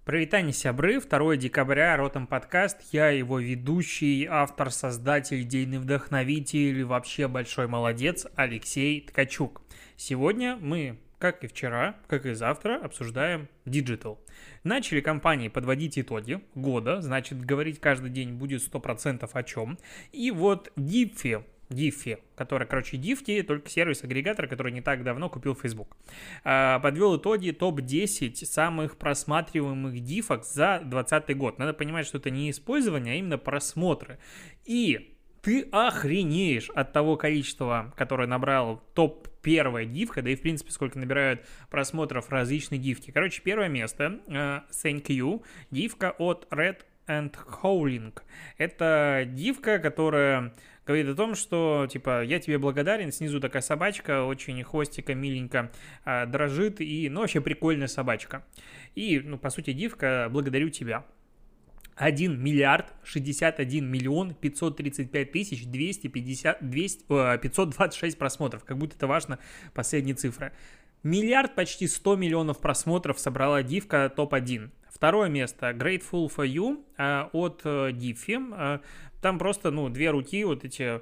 Привет, сябры, 2 декабря, Ротом подкаст, я его ведущий, автор, создатель, идейный вдохновитель, вообще большой молодец Алексей Ткачук. Сегодня мы, как и вчера, как и завтра, обсуждаем Digital. Начали компании подводить итоги года, значит, говорить каждый день будет 100% о чем. И вот Diffy, который, Diffy, только сервис-агрегатор, который не так давно купил Facebook, подвел итоги топ-10 самых просматриваемых дифок за 2020 год. Надо понимать, что это не использование, а именно просмотры. И ты охренеешь от того количества, которое набрал топ-первая дивка, да и в принципе сколько набирают просмотров различные дивки. Первое место, Thank You, дивка от Red and Howling. Это дивка, которая говорит о том, что, я тебе благодарен, снизу такая собачка, очень хвостика миленько дрожит, и, вообще прикольная собачка. И, по сути, дивка, благодарю тебя. 1 миллиард 61 миллион 535 тысяч 526 просмотров, как будто это важно, последняя цифра. Миллиард почти 100 миллионов просмотров собрала дивка топ-1. Второе место Grateful for You от Diffy. Там просто, две руки вот эти...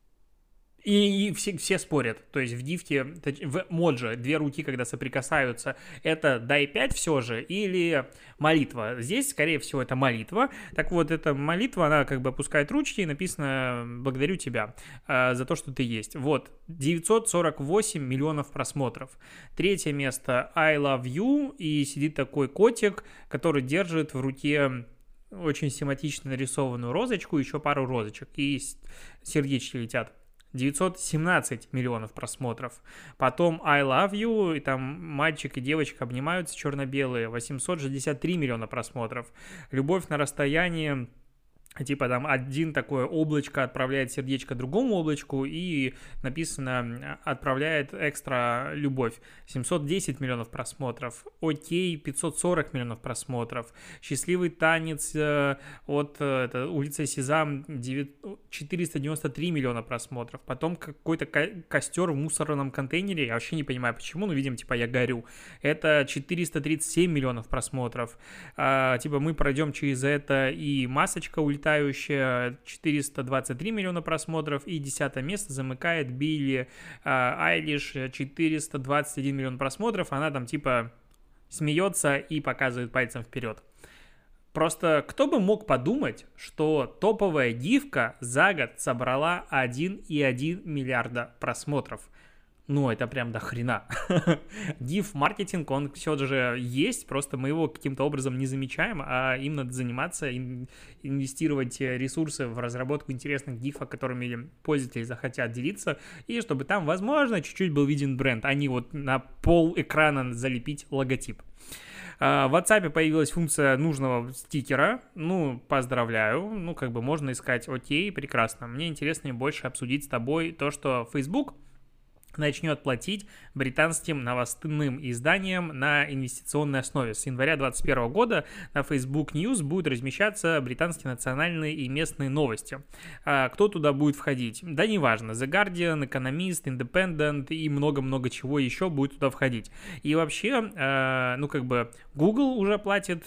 И все спорят, то есть в дифте, в моджи, две руки, когда соприкасаются, это дай 5 все же или молитва. Здесь, скорее всего, это молитва. Так вот, эта молитва, она опускает ручки и написано «благодарю тебя за то, что ты есть». Вот, 948 миллионов просмотров. Третье место I Love You, и сидит такой котик, который держит в руке очень симпатично нарисованную розочку, еще пару розочек, и сердечки летят. 917 миллионов просмотров. Потом I Love You, и там мальчик и девочка обнимаются черно-белые, 863 миллиона просмотров. Любовь на расстоянии, там один такое облачко отправляет сердечко другому облачку и написано «отправляет экстра любовь». 710 миллионов просмотров. Окей, 540 миллионов просмотров. «Счастливый танец» от улицы Сезам 493 миллиона просмотров. Потом какой-то костер в мусорном контейнере, я вообще не понимаю почему, но видимо, я горю. Это 437 миллионов просмотров. Мы пройдем через это, и масочка улетающая, 423 миллиона просмотров, и 10 место замыкает Билли Айлиш, 421 миллион просмотров, она там смеется и показывает пальцем вперед. Просто кто бы мог подумать, что топовая дивка за год собрала 1,1 миллиарда просмотров. Это прям до хрена. Див-маркетинг, он все же есть, просто мы его каким-то образом не замечаем, а им надо заниматься, инвестировать ресурсы в разработку интересных дифов, которыми пользователи захотят делиться, и чтобы там, возможно, чуть-чуть был виден бренд, а не на пол экрана залепить логотип. В WhatsApp появилась функция нужного стикера. Поздравляю. Можно искать окей, прекрасно. Мне интересно больше обсудить с тобой то, что Facebook начнет платить британским новостным изданиям на инвестиционной основе. С января 2021 года на Facebook News будут размещаться британские национальные и местные новости. Кто туда будет входить? Да неважно. The Guardian, Economist, Independent и много-много чего еще будет туда входить. И вообще, Google уже платит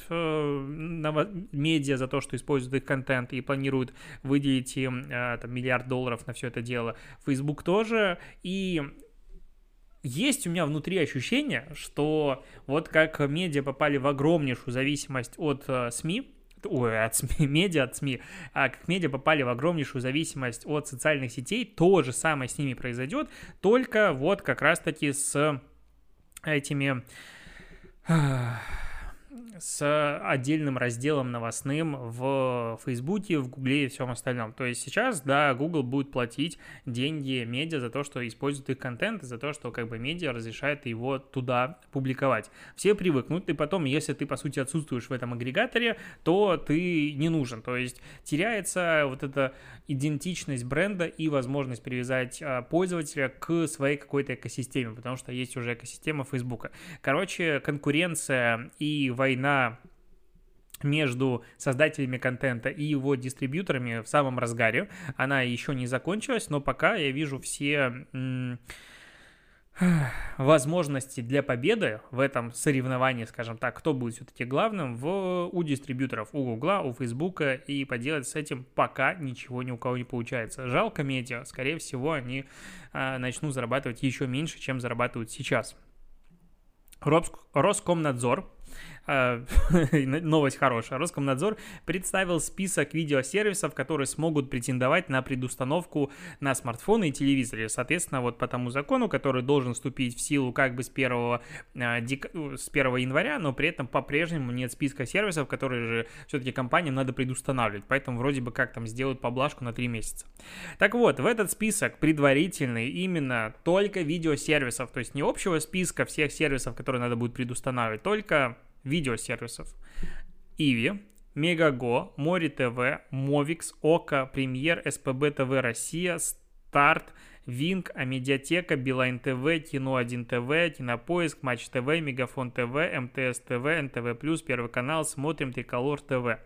медиа за то, что используют их контент и планирует выделить им $1 миллиард на все это дело. Facebook тоже. И есть у меня внутри ощущение, что вот как медиа попали в огромнейшую зависимость от СМИ, от СМИ, а как медиа попали в огромнейшую зависимость от социальных сетей, то же самое с ними произойдет, только вот как раз-таки с этими... с отдельным разделом новостным в Фейсбуке, в Гугле и всем остальном. То есть сейчас, да, Google будет платить деньги медиа за то, что используют их контент, и за то, что медиа разрешает его туда публиковать. Все привыкнут, и потом, если ты, по сути, отсутствуешь в этом агрегаторе, то ты не нужен. То есть теряется вот эта идентичность бренда и возможность привязать пользователя к своей какой-то экосистеме, потому что есть уже экосистема Фейсбука. Конкуренция и война между создателями контента и его дистрибьюторами в самом разгаре. Она еще не закончилась, но пока я вижу все возможности для победы в этом соревновании, скажем так, кто будет все-таки главным, у дистрибьюторов, у Гугла, у Фейсбука, и поделать с этим пока ничего ни у кого не получается. Жалко медиа, скорее всего, они начнут зарабатывать еще меньше, чем зарабатывают сейчас. Роскомнадзор, новость хорошая, Роскомнадзор представил список видеосервисов, которые смогут претендовать на предустановку на смартфоны и телевизоры. Соответственно, вот по тому закону, который должен вступить в силу как бы с 1 января, но при этом по-прежнему нет списка сервисов, которые же все-таки компаниям надо предустанавливать. Поэтому вроде бы как там сделают поблажку на 3 месяца. Так вот, в этот список предварительный именно только видеосервисов, то есть не общего списка всех сервисов, которые надо будет предустанавливать, только видеосервисов. Иви, Мегаго, Море ТВ, Мовикс, Ока, Премьер, СПБ ТВ Россия, Старт, Винк, Амедиатека, Билайн ТВ, Кино 1 ТВ, Кинопоиск, Матч ТВ, Мегафон ТВ, МТС ТВ, НТВ+, Первый канал, Смотрим, Триколор ТВ.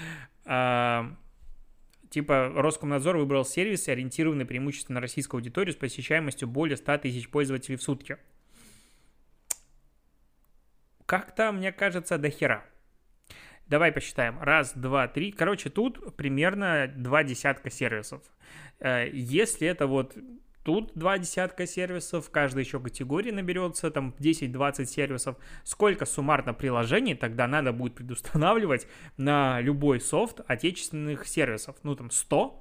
Роскомнадзор выбрал сервисы, ориентированные преимущественно на российскую аудиторию с посещаемостью более 100 тысяч пользователей в сутки. Как-то, мне кажется, до хера. Давай посчитаем. 1, 2, 3. Короче, тут примерно 2 десятка сервисов. Если это вот тут 2 десятка сервисов, в каждой еще категории наберется там 10-20 сервисов, сколько суммарно приложений тогда надо будет предустанавливать на любой софт отечественных сервисов? Ну, там 100.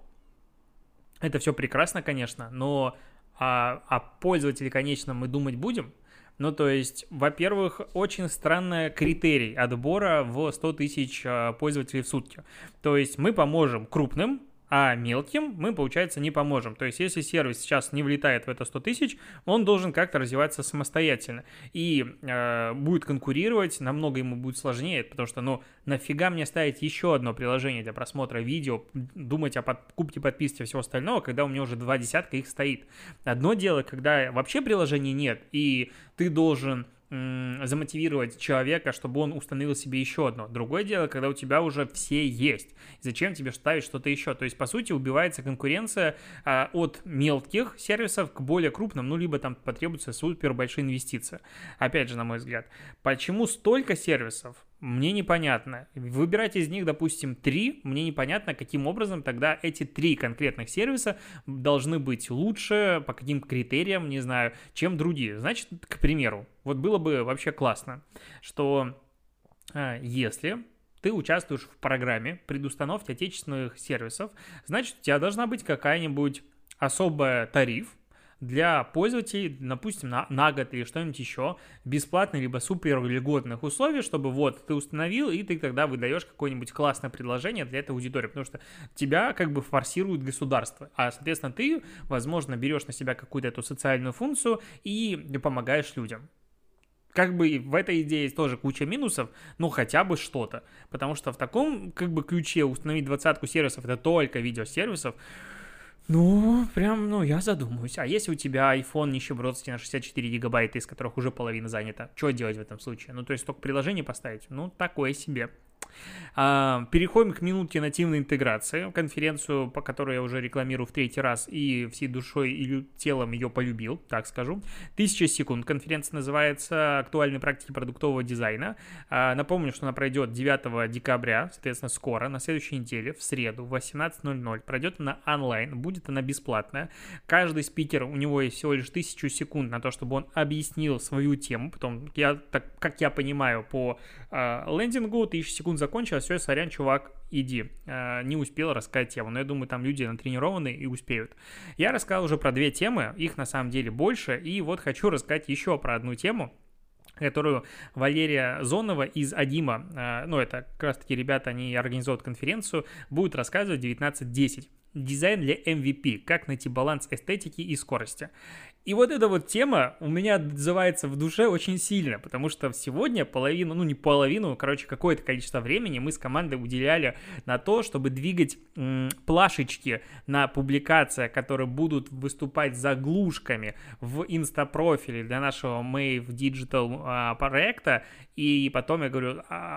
Это все прекрасно, конечно, но о пользователе, конечно, мы думать будем. Ну, то есть, во-первых, очень странный критерий отбора в 100 тысяч пользователей в сутки. То есть, мы поможем крупным, а мелким мы, получается, не поможем. То есть, если сервис сейчас не влетает в это 100 тысяч, он должен как-то развиваться самостоятельно. И будет конкурировать, намного ему будет сложнее, потому что, нафига мне ставить еще одно приложение для просмотра видео, думать о покупке, подписке и всего остального, когда у меня уже 2 десятка их стоит. Одно дело, когда вообще приложений нет, и ты должен замотивировать человека, чтобы он установил себе еще одно. Другое дело, когда у тебя уже все есть. Зачем тебе ставить что-то еще? То есть, по сути, убивается конкуренция от мелких сервисов к более крупным, либо там потребуются супер большие инвестиции. Опять же, на мой взгляд. Почему столько сервисов? Мне непонятно. Выбирать из них, допустим, 3, мне непонятно, каким образом тогда эти 3 конкретных сервиса должны быть лучше, по каким критериям, не знаю, чем другие. Значит, к примеру, вот было бы вообще классно, что если ты участвуешь в программе предустановки отечественных сервисов, значит, у тебя должна быть какая-нибудь особая тариф для пользователей, допустим, на год или что-нибудь еще, бесплатных либо супер льготных условий, чтобы вот ты установил, и ты тогда выдаешь какое-нибудь классное предложение для этой аудитории, потому что тебя как бы форсирует государство, а, соответственно, ты, возможно, берешь на себя какую-то эту социальную функцию и помогаешь людям. Как бы в этой идее есть тоже куча минусов, но хотя бы что-то, потому что в таком как бы ключе установить 20 сервисов, это только видеосервисов, я задумаюсь. А если у тебя iPhone нищебродский на 64 гигабайта, из которых уже половина занята, что делать в этом случае? То есть только приложение поставить? Такое себе. Переходим к минутке нативной интеграции, конференцию, по которой я уже рекламирую в 3-й раз и всей душой и телом ее полюбил, так скажу. 1000 секунд. Конференция называется «Актуальные практики продуктового дизайна». Напомню, что она пройдет 9 декабря, соответственно, скоро, на следующей неделе, в среду, в 18:00. Пройдет она онлайн, будет она бесплатная. Каждый спикер, у него есть всего лишь 1000 секунд на то, чтобы он объяснил свою тему. Потом, как я понимаю, по лендингу 1000 секунд закончилось, все, сорян, чувак, иди. Не успел рассказать тему, но я думаю, там люди натренированы и успеют. Я рассказал уже про 2 темы, их на самом деле больше, и вот хочу рассказать еще про одну тему, которую Валерия Зонова из Адима, это как раз таки ребята, они организуют конференцию, будет рассказывать 19:10. Дизайн для MVP. Как найти баланс эстетики и скорости. И вот эта вот тема у меня отзывается в душе очень сильно, потому что сегодня какое-то количество времени мы с командой уделяли на то, чтобы двигать плашечки на публикациях, которые будут выступать заглушками в инстапрофиле для нашего Mave Digital проекта. И потом я говорю,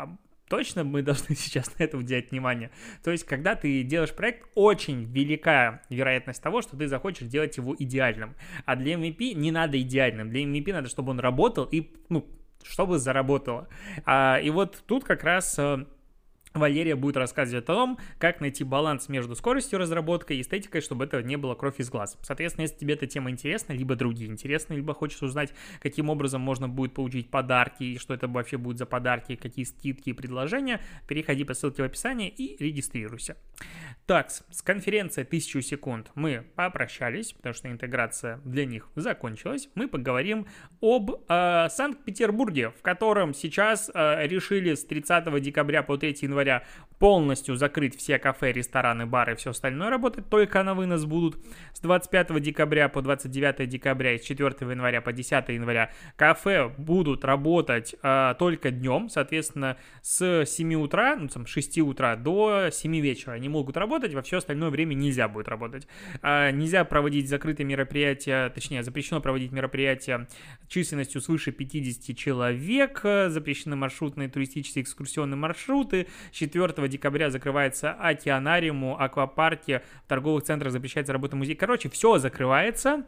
точно мы должны сейчас на это уделять внимание. То есть, когда ты делаешь проект, очень велика вероятность того, что ты захочешь делать его идеальным. А для MVP не надо идеальным. Для MVP надо, чтобы он работал и, чтобы заработало. И вот тут как раз Валерия будет рассказывать о том, как найти баланс между скоростью разработки и эстетикой, чтобы это не было кровь из глаз. Соответственно, если тебе эта тема интересна, либо другие интересны, либо хочешь узнать, каким образом можно будет получить подарки, и что это вообще будет за подарки, какие скидки и предложения, переходи по ссылке в описании и регистрируйся. Так, с конференцией 1000 секунд мы попрощались, потому что интеграция для них закончилась. Мы поговорим об Санкт-Петербурге, в котором сейчас решили с 30 декабря по 3 января полностью закрыть все кафе, рестораны, бары и все остальное работать, только на вынос будут. С 25 декабря по 29 декабря и с 4 января по 10 января кафе будут работать только днем, соответственно, с 7 утра, с 6 утра до 7 вечера они могут работать, во все остальное время нельзя будет работать. Нельзя проводить закрытые мероприятия, точнее, запрещено проводить мероприятия численностью свыше 50 человек, запрещены маршрутные туристические экскурсионные маршруты. 4 декабря закрывается океанариум, аквапарки, в торговых центрах запрещается работа музея. Короче, все закрывается.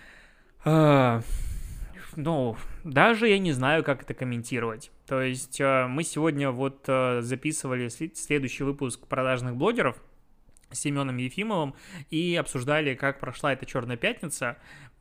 Даже я не знаю, как это комментировать. То есть мы сегодня записывали следующий выпуск продажных блогеров с Семеном Ефимовым и обсуждали, как прошла эта Черная пятница.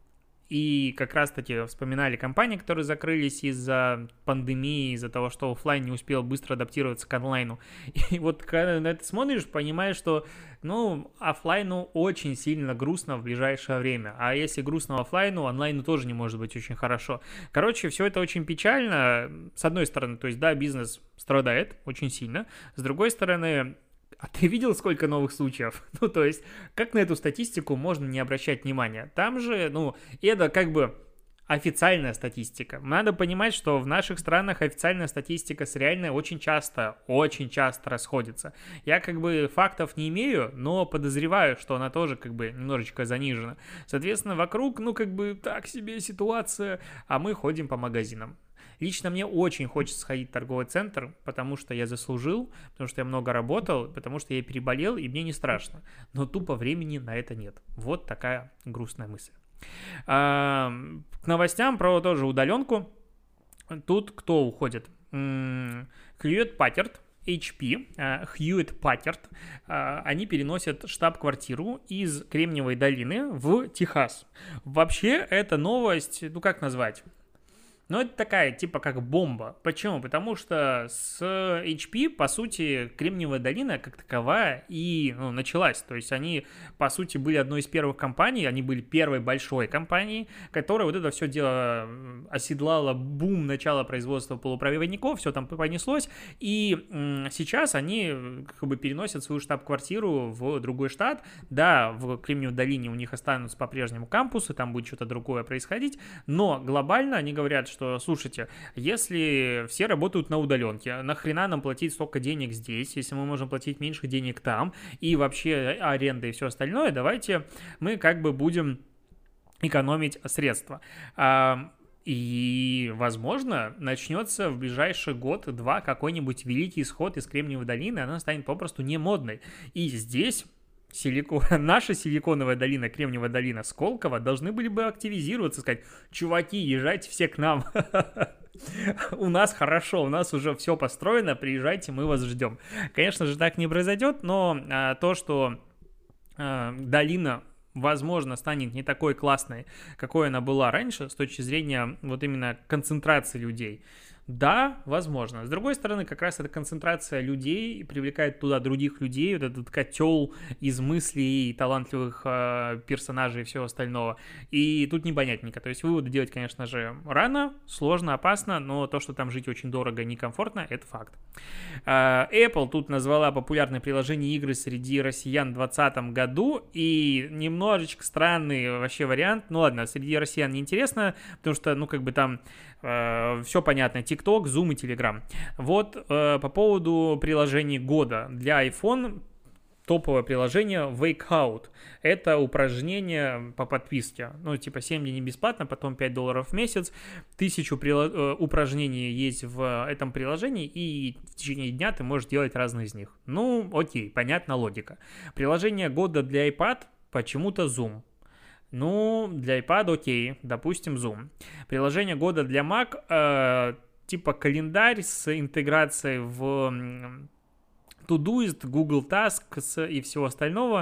И как раз-таки вспоминали компании, которые закрылись из-за пандемии, из-за того, что офлайн не успел быстро адаптироваться к онлайну. И вот когда на это смотришь, понимаешь, что, офлайну очень сильно грустно в ближайшее время. А если грустно офлайну, онлайну тоже не может быть очень хорошо. Короче, все это очень печально. С одной стороны, то есть, да, бизнес страдает очень сильно. С другой стороны... А ты видел, сколько новых случаев? То есть, как на эту статистику можно не обращать внимания? Там же, это как бы официальная статистика. Надо понимать, что в наших странах официальная статистика с реальной очень часто расходится. Я фактов не имею, но подозреваю, что она тоже немножечко занижена. Соответственно, вокруг, так себе ситуация, а мы ходим по магазинам. Лично мне очень хочется сходить в торговый центр, потому что я заслужил, потому что я много работал, потому что я переболел, и мне не страшно. Но тупо времени на это нет. Вот такая грустная мысль. К новостям про тоже удаленку. Тут кто уходит? Хьюлетт Паккард, HP, Хьюлетт Паккард, они переносят штаб-квартиру из Кремниевой долины в Техас. Вообще, эта новость, как назвать? Это такая, как бомба. Почему? Потому что с HP, по сути, Кремниевая долина как таковая и началась. То есть они, по сути, были одной из первых компаний, они были первой большой компанией, которая вот это все дело оседлала бум начала производства полупроводников, все там понеслось. И сейчас они переносят свою штаб-квартиру в другой штат. Да, в Кремниевой долине у них останутся по-прежнему кампусы, там будет что-то другое происходить, но глобально они говорят, что, слушайте, если все работают на удаленке, нахрена нам платить столько денег здесь, если мы можем платить меньше денег там, и вообще аренда и все остальное, давайте мы будем экономить средства. И, возможно, начнется в ближайший год-два какой-нибудь великий исход из Кремниевой долины, она станет попросту не модной. И здесь... наша силиконовая долина, Кремниевая долина, Сколково должны были бы активизироваться, сказать: чуваки, езжайте все к нам, у нас хорошо, у нас уже все построено, приезжайте, мы вас ждем. Конечно же, так не произойдет, но то, что долина, возможно, станет не такой классной, какой она была раньше, с точки зрения именно концентрации людей. Да, возможно. С другой стороны, как раз эта концентрация людей привлекает туда других людей, вот этот котел из мыслей, талантливых персонажей и всего остального. И тут непонятненько. То есть выводы делать, конечно же, рано, сложно, опасно, но то, что там жить очень дорого и некомфортно, это факт. Apple тут назвала популярные приложения игры среди россиян в 2020 году, и немножечко странный вообще вариант. Ну ладно, среди россиян неинтересно, потому что, там все понятно. TikTok, Zoom и Telegram. Вот по поводу приложений года для iPhone топовое приложение Workout. Это упражнение по подписке. Ну, типа 7 дней бесплатно, потом $5 в месяц. 1000 упражнений есть в этом приложении, и в течение дня ты можешь делать разные из них. Ну, окей, понятна логика. Приложение года для iPad почему-то Zoom. Ну, для iPad окей, допустим, Zoom. Приложение года для Mac, типа календарь с интеграцией в Todoist, Google Tasks и всего остального.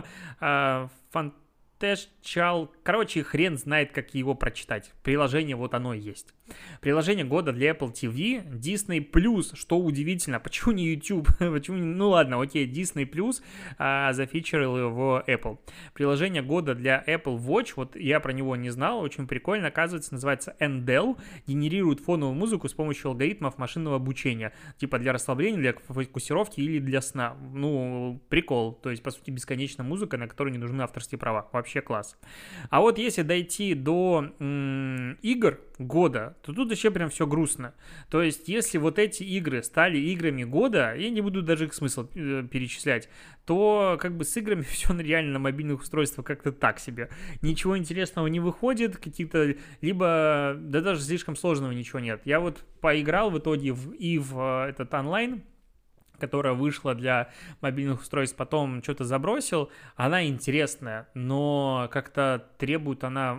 Fantastical. Короче, хрен знает, как его прочитать. Приложение вот оно и есть. Приложение года для Apple TV, Disney+, что удивительно, почему не YouTube? Почему не... Ну ладно, окей, Disney+, зафичерил его Apple. Приложение года для Apple Watch, вот я про него не знал, очень прикольно, оказывается, называется Endel, генерирует фоновую музыку с помощью алгоритмов машинного обучения, типа для расслабления, для фокусировки или для сна. Ну, прикол, то есть, по сути, бесконечная музыка, на которую не нужны авторские права, вообще класс. А вот если дойти до игр года, то тут еще прям все грустно. То есть, если вот эти игры стали играми года, я не буду даже их смысл перечислять, то как бы с играми все реально на мобильных устройствах как-то так себе. Ничего интересного не выходит, какие-то, либо, да даже слишком сложного ничего нет. Я вот поиграл в итоге в этот онлайн, которая вышла для мобильных устройств, потом что-то забросил. Она интересная, но как-то требует она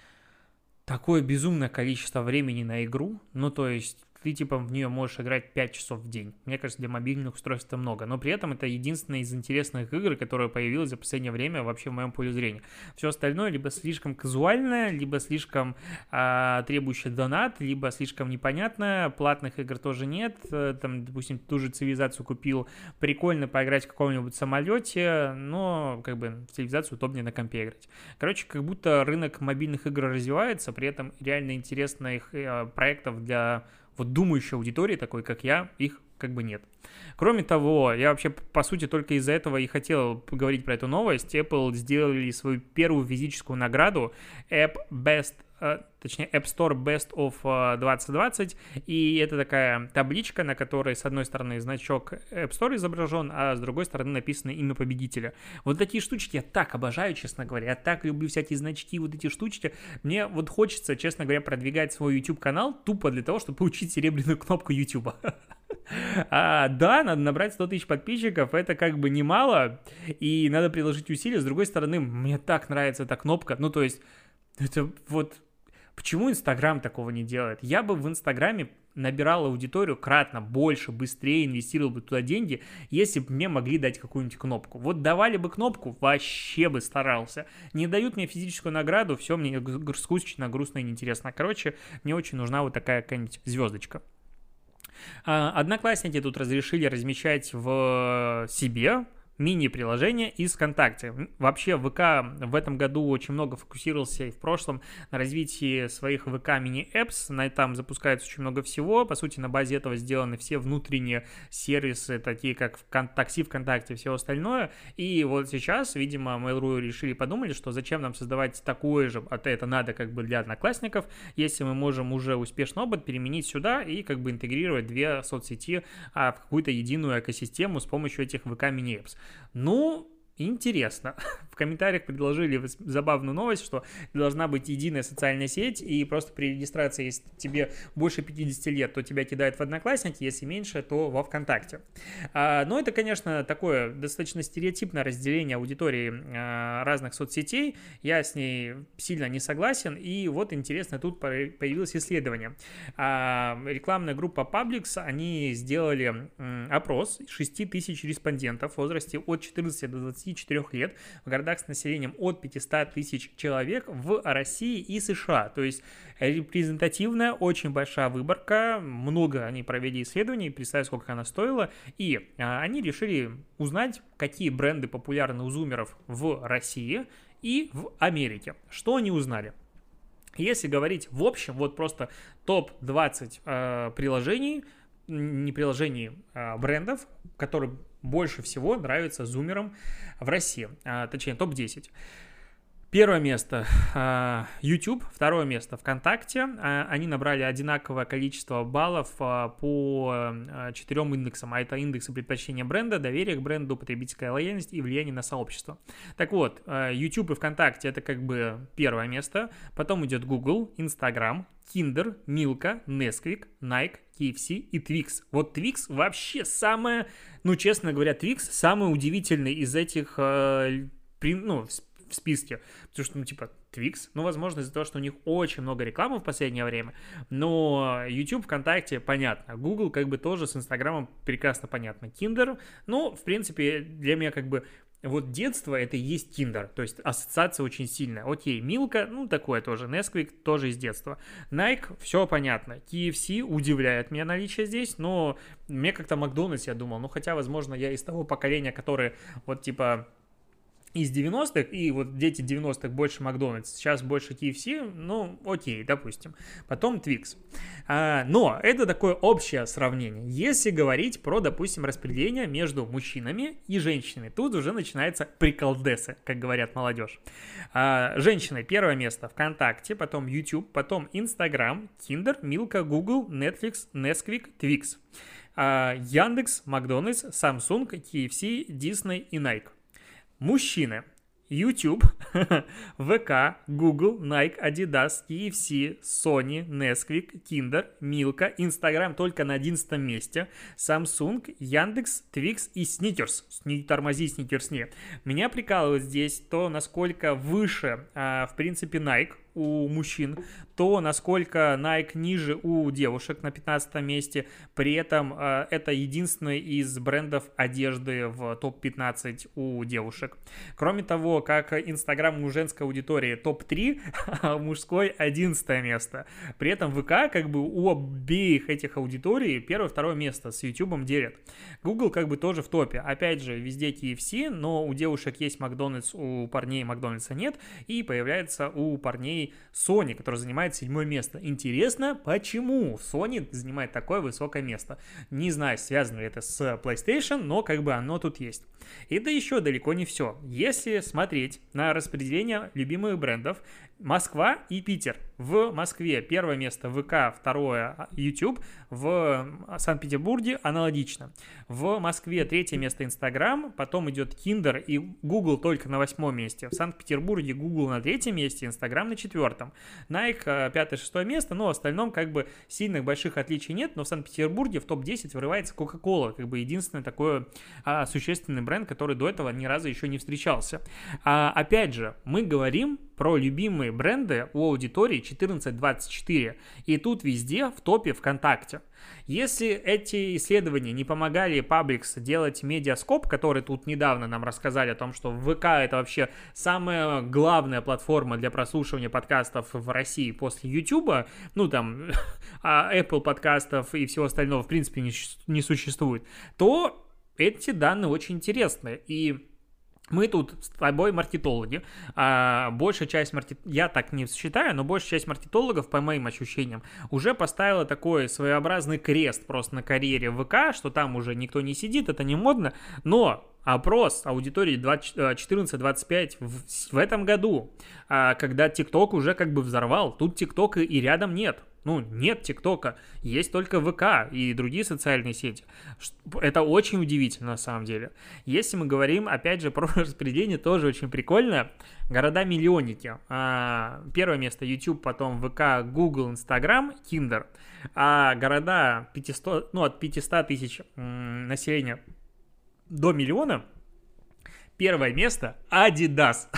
такое безумное количество времени на игру, ну, то есть ты, типа, в нее можешь играть 5 часов в день. Мне кажется, для мобильных устройств это много, но при этом это единственная из интересных игр, которая появилась за последнее время вообще в моем поле зрения. Все остальное либо слишком казуальное, либо слишком требующее донат, либо слишком непонятное, платных игр тоже нет, там, допустим, ту же цивилизацию купил, прикольно поиграть в каком-нибудь самолете, но, как бы, в цивилизацию удобнее на компе играть. Короче, как будто рынок мобильных игр развивается, при этом реально интересных проектов для вот думающей аудитории, такой как я, их как бы нет. Кроме того, я вообще, по сути, только из-за этого и хотел поговорить про эту новость. Apple сделали свою первую физическую награду App Store Best of 2020, и это такая табличка, на которой с одной стороны значок App Store изображен, а с другой стороны написано имя победителя. Вот такие штучки я так обожаю, честно говоря, я так люблю всякие значки, вот эти штучки. Мне вот хочется, честно говоря, продвигать свой YouTube-канал тупо для того, чтобы получить серебряную кнопку YouTube. Да, надо набрать 100 тысяч подписчиков, это как бы немало, и надо приложить усилия. С другой стороны, мне так нравится эта кнопка, ну то есть, это вот... Почему Инстаграм такого не делает? Я бы в Инстаграме набирал аудиторию кратно больше, быстрее, инвестировал бы туда деньги, если бы мне могли дать какую-нибудь кнопку. Вот давали бы кнопку, вообще бы старался. Не дают мне физическую награду, все мне скучно, грустно и неинтересно. Короче, мне очень нужна вот такая какая-нибудь звездочка. Одноклассники тут разрешили размещать в себе мини-приложение из ВКонтакте. Вообще ВК в этом году очень много фокусировался и в прошлом на развитии своих ВК мини-эпс. Там запускается очень много всего. По сути, на базе этого сделаны все внутренние сервисы, такие как такси ВКонтакте и все остальное. И вот сейчас, видимо, Mail.ru решили, подумали, что зачем нам создавать такое же, а это надо как бы для одноклассников, если мы можем уже успешный опыт переменить сюда и как бы интегрировать две соцсети в какую-то единую экосистему с помощью этих ВК мини-эпс. Ну, интересно. В комментариях предложили забавную новость, что должна быть единая социальная сеть, и просто при регистрации, если тебе больше 50 лет, то тебя кидают в Одноклассники, если меньше, то во ВКонтакте. Но это, конечно, такое достаточно стереотипное разделение аудитории разных соцсетей. Я с ней сильно не согласен, и вот интересно, тут появилось исследование. Рекламная группа Publix, они сделали опрос 6 тысяч респондентов в возрасте от 14 до 24 лет в городах с населением от 500 тысяч человек в России и США. То есть репрезентативная, очень большая выборка. Много они провели исследований, представь, сколько она стоила. И они решили узнать, какие бренды популярны у зумеров в России и в Америке. Что они узнали? Если говорить в общем, вот просто топ-20 приложений, не приложений, брендов, которые больше всего нравятся зумерам в России, точнее топ-10. Первое место YouTube, второе место ВКонтакте. Они набрали одинаковое количество баллов по 4 индексам, а это индексы предпочтения бренда, доверие к бренду, потребительская лояльность и влияние на сообщество. Так вот, YouTube и ВКонтакте это как бы первое место, потом идет Google, Instagram, Kinder, Milka, Nesquik, Nike, KFC и Twix. Вот Twix вообще самое, ну, честно говоря, Twix самый удивительный из этих, в списке, потому что, типа, Twix, возможно, из-за того, что у них очень много рекламы в последнее время, но YouTube, ВКонтакте, понятно, Google, как бы, тоже с Инстаграмом прекрасно понятно, Kinder, в принципе, для меня, как бы, вот детство это и есть Kinder, то есть ассоциация очень сильная. Окей, Milka, такое тоже, Nesquik тоже из детства. Nike, все понятно. KFC удивляет меня наличие здесь, но мне как-то Макдональдс, я думал, хотя, возможно, я из того поколения, которые вот, типа, из 90-х, и вот дети 90-х больше Макдональдс, сейчас больше KFC, окей, допустим. Потом Twix. Но это такое общее сравнение. Если говорить про, допустим, распределение между мужчинами и женщинами, тут уже начинается приколдесы, как говорят молодежь. Женщины первое место ВКонтакте, потом YouTube, потом Instagram, Kinder, Milka, Google, Netflix, Nesquik, Twix. Яндекс, Макдональдс, Samsung, KFC, Disney и Nike. Мужчины. YouTube, ВК, Google, Nike, Adidas, KFC, Sony, Nesquik, Kinder, Milka, Instagram только на 11 месте, Samsung, Яндекс, Twix и Snickers. Тормози, Snickers нет. Меня прикалывает здесь то, насколько выше, в принципе, Nike у мужчин, то, насколько Nike ниже у девушек на 15 месте. При этом это единственный из брендов одежды в топ-15 у девушек. Кроме того, как Instagram у женской аудитории топ-3, а у мужской 11 место. При этом ВК как бы у обеих этих аудиторий первое-второе место с YouTube делят. Google как бы тоже в топе. Опять же, везде KFC, но у девушек есть Макдональдс, у парней Макдональдса нет. И появляется у парней Sony, который занимает 7 место. Интересно, почему Sony занимает такое высокое место? Не знаю, связано ли это с PlayStation, но как бы оно тут есть. И это еще далеко не все. Если смотреть на распределение любимых брендов, Москва и Питер. В Москве первое место ВК, второе YouTube, в Санкт-Петербурге аналогично. В Москве третье место Instagram, потом идет Kinder и Google только на 8 месте. В Санкт-Петербурге Google на 3 месте, Instagram на 4. Nike 5-6 место, но в остальном как бы сильных больших отличий нет, но в Санкт-Петербурге в топ-10 вырывается Coca-Cola, как бы единственный такой существенный бренд, который до этого ни разу еще не встречался. Опять же, мы говорим про любимые бренды у аудитории 14-24, и тут везде в топе ВКонтакте. Если эти исследования не помогали Publix делать медиаскоп, который тут недавно нам рассказали о том, что ВК это вообще самая главная платформа для прослушивания подкастов в России после YouTube, Apple подкастов и всего остального в принципе не существует, то эти данные очень интересны. И мы тут с тобой маркетологи, большая часть я так не считаю, но большая часть маркетологов, по моим ощущениям, уже поставила такой своеобразный крест просто на карьере ВК, что там уже никто не сидит, это не модно, но опрос аудитории 14-25 в этом году, когда ТикТок уже как бы взорвал, тут ТикТока и рядом нет. Нет ТикТока, есть только ВК и другие социальные сети. Это очень удивительно на самом деле. Если мы говорим, опять же, про распределение, тоже очень прикольно. Города-миллионники. Первое место YouTube, потом ВК, Google, Instagram, Kinder. А города 500, от 500 тысяч населения до миллиона. Первое место Adidas.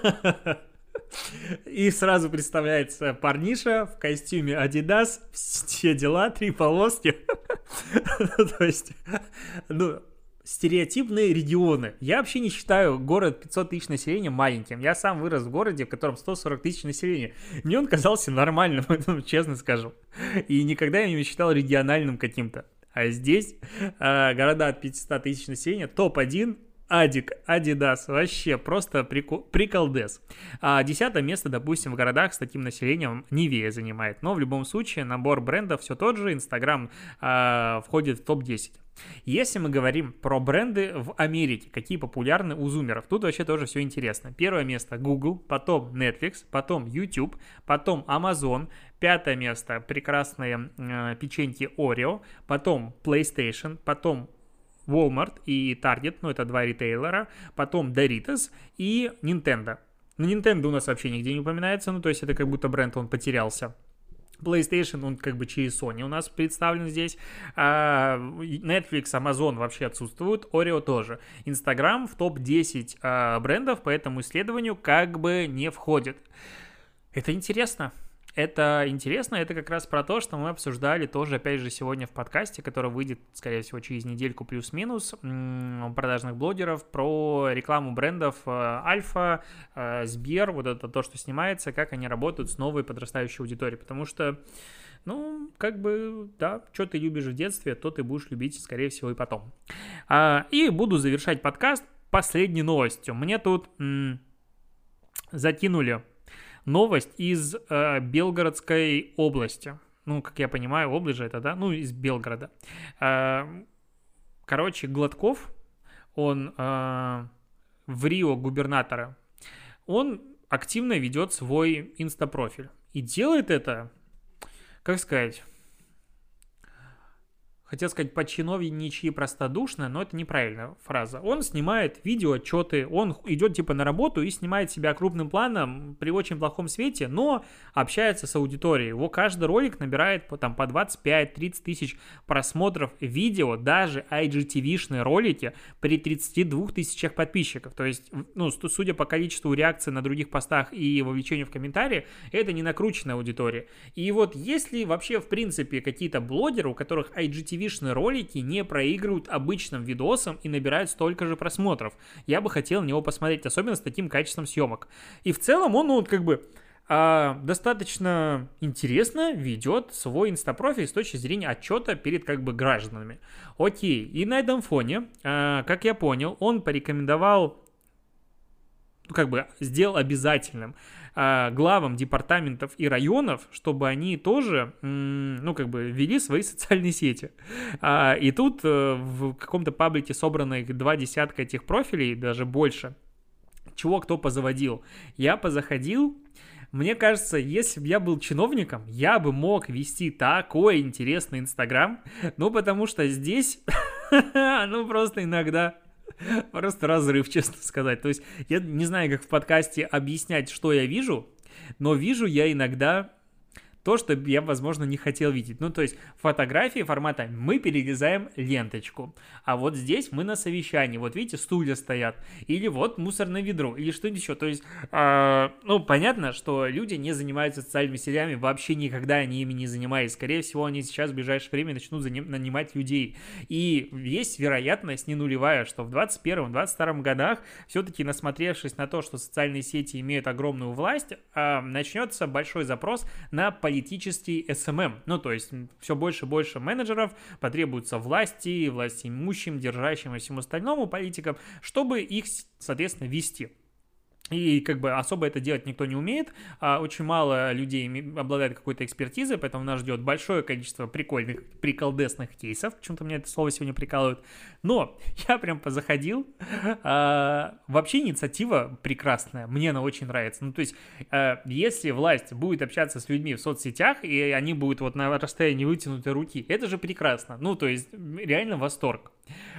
И сразу представляется парниша в костюме Adidas, все дела, 3 полоски. То есть, стереотипные регионы. Я вообще не считаю город 500 тысяч населения маленьким. Я сам вырос в городе, в котором 140 тысяч населения. Мне он казался нормальным, честно скажу. И никогда я не считал региональным каким-то. А здесь города от 500 тысяч населения, топ-1, Адик, Адидас, вообще просто приколдес. 10 место, допустим, в городах с таким населением Нивея занимает. Но в любом случае набор брендов все тот же, Инстаграм входит в топ-10. Если мы говорим про бренды в Америке, какие популярны у зумеров, тут вообще тоже все интересно. Первое место Google, потом Netflix, потом YouTube, потом Amazon, 5 место прекрасные печеньки Oreo, потом PlayStation, потом Walmart и Target, ну это два ритейлера, потом Doritos и Nintendo. Но Nintendo у нас вообще нигде не упоминается, ну то есть это как будто бренд, он потерялся. PlayStation, он как бы через Sony у нас представлен здесь. Netflix, Amazon вообще отсутствуют, Oreo тоже. Instagram в топ-10 брендов по этому исследованию как бы не входит. Это интересно. Это как раз про то, что мы обсуждали тоже, опять же, сегодня в подкасте, который выйдет, скорее всего, через недельку плюс-минус, продажных блогеров, про рекламу брендов Альфа, Сбер, вот это то, что снимается, как они работают с новой подрастающей аудиторией, потому что, ну, как бы, да, что ты любишь в детстве, то ты будешь любить, скорее всего, и потом. И буду завершать подкаст последней новостью. Мне тут закинули новость из Белгородской области. Ну, как я понимаю, область же это, да? Ну, из Белгорода. Короче, Гладков, он в Рио губернатора, он активно ведет свой инстапрофиль. И делает это, как сказать... Хотел сказать по-чиновничьи простодушно, но это неправильная фраза. Он снимает видеоотчеты, он идет типа на работу и снимает себя крупным планом при очень плохом свете, но общается с аудиторией. Его каждый ролик набирает по 25-30 тысяч просмотров видео, даже IGTV-шные ролики при 32 тысячах подписчиков. То есть, ну, судя по количеству реакций на других постах и вовлечению в комментарии, это не накрученная аудитория. И вот если вообще в принципе какие-то блогеры, у которых IGTV ролики не проигрывают обычным видосам и набирают столько же просмотров. Я бы хотел на него посмотреть, особенно с таким качеством съемок. И в целом он, ну, как бы достаточно интересно ведет свой инстапрофиль с точки зрения отчета перед как бы гражданами. Окей, и на этом фоне, как я понял, он порекомендовал, ну, как бы сделал обязательным главам департаментов и районов, чтобы они тоже, ну, как бы вели свои социальные сети. И тут в каком-то паблике собрано 20 этих профилей, даже больше. Чего кто позаводил? Я позаходил. Мне кажется, если бы я был чиновником, я бы мог вести такой интересный Инстаграм, ну, потому что здесь, ну, просто иногда... Просто разрыв, честно сказать. То есть я не знаю, как в подкасте объяснять, что я вижу, но вижу я иногда то, что я, возможно, не хотел видеть. Ну, то есть фотографии формата мы перерезаем ленточку, а вот здесь мы на совещании. Вот видите, стулья стоят. Или вот мусорное ведро, или что-нибудь еще. То есть, ну, понятно, что люди не занимаются социальными сетями, вообще никогда они ими не занимались. Скорее всего, они сейчас в ближайшее время начнут нанимать людей. И есть вероятность не нулевая, что в 2021-2022 годах, все-таки насмотревшись на то, что социальные сети имеют огромную власть, начнется большой запрос на политический SMM. Ну, то есть все больше и больше менеджеров потребуется власти имущим, держащим и всему остальному политикам, чтобы их, соответственно, вести. И как бы особо это делать никто не умеет, очень мало людей обладает какой-то экспертизой, поэтому нас ждет большое количество прикольных, приколдесных кейсов, почему-то меня это слово сегодня прикалывает, но я прям позаходил, вообще инициатива прекрасная, мне она очень нравится, ну то есть если власть будет общаться с людьми в соцсетях, и они будут вот на расстоянии вытянутой руки, это же прекрасно, ну то есть реально восторг,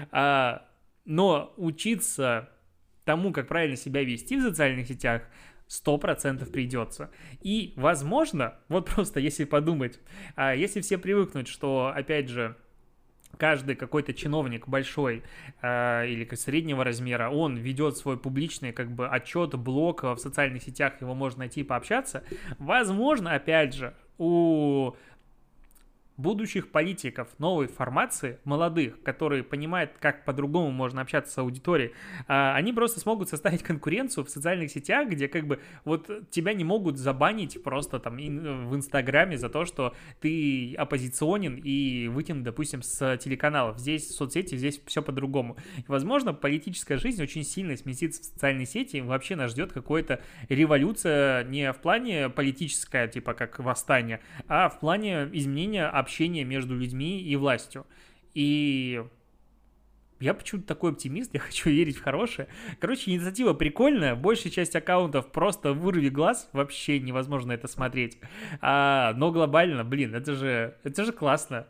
но учиться тому, как правильно себя вести в социальных сетях, 100% придется. И, возможно, вот просто если подумать, если все привыкнут, что, опять же, каждый какой-то чиновник большой или среднего размера, он ведет свой публичный как бы отчет, блог в социальных сетях, его можно найти и пообщаться, возможно, опять же, у будущих политиков новой формации, молодых, которые понимают, как по-другому можно общаться с аудиторией, они просто смогут составить конкуренцию в социальных сетях, где как бы вот тебя не могут забанить просто там в Инстаграме за то, что ты оппозиционен и вытянут, допустим, с телеканалов. Здесь соцсети, здесь все по-другому. И, возможно, политическая жизнь очень сильно сместится в социальные сети, и вообще нас ждет какая-то революция не в плане политическая, типа как восстание, а в плане изменения общения между людьми и властью. И я почему-то такой оптимист, я хочу верить в хорошее. Короче, инициатива прикольная, большая часть аккаунтов просто вырви глаз, вообще невозможно это смотреть. Но глобально, блин, это же классно.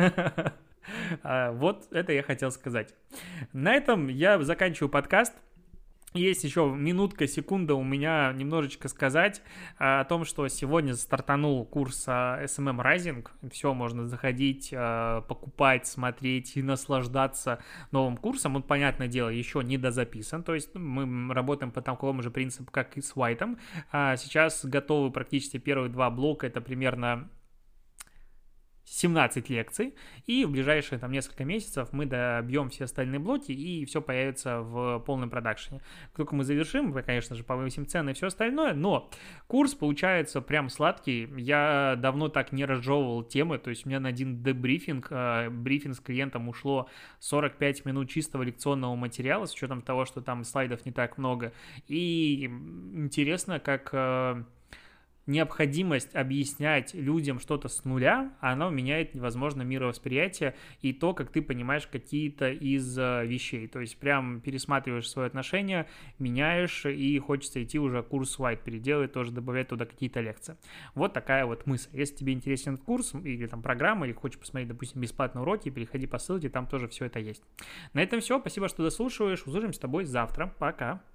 Вот это я хотел сказать. На этом я заканчиваю подкаст. Есть еще минутка, секунда у меня немножечко сказать о том, что сегодня стартанул курс SMM Rising. Все, можно заходить, покупать, смотреть и наслаждаться новым курсом. Он, понятное дело, еще не дозаписан. То есть мы работаем по такому же принципу, как и с White'ом. Сейчас готовы практически первые 2 блока. Это примерно 17 лекций, и в ближайшие там несколько месяцев мы добьем все остальные блоки, и все появится в полном продакшене. Как только мы завершим, мы, конечно же, повысим цены и все остальное, но курс получается прям сладкий. Я давно так не разжевывал темы, то есть у меня на один брифинг с клиентом ушло 45 минут чистого лекционного материала, с учетом того, что там слайдов не так много, и интересно, как необходимость объяснять людям что-то с нуля, она меняет, возможно, мировосприятие и то, как ты понимаешь какие-то из вещей. То есть прям пересматриваешь свое отношение, меняешь, и хочется идти уже курс White переделать, тоже добавлять туда какие-то лекции. Вот такая вот мысль. Если тебе интересен этот курс или там программа, или хочешь посмотреть, допустим, бесплатные уроки, переходи по ссылке, там тоже все это есть. На этом все. Спасибо, что дослушиваешь. Услышимся с тобой завтра. Пока.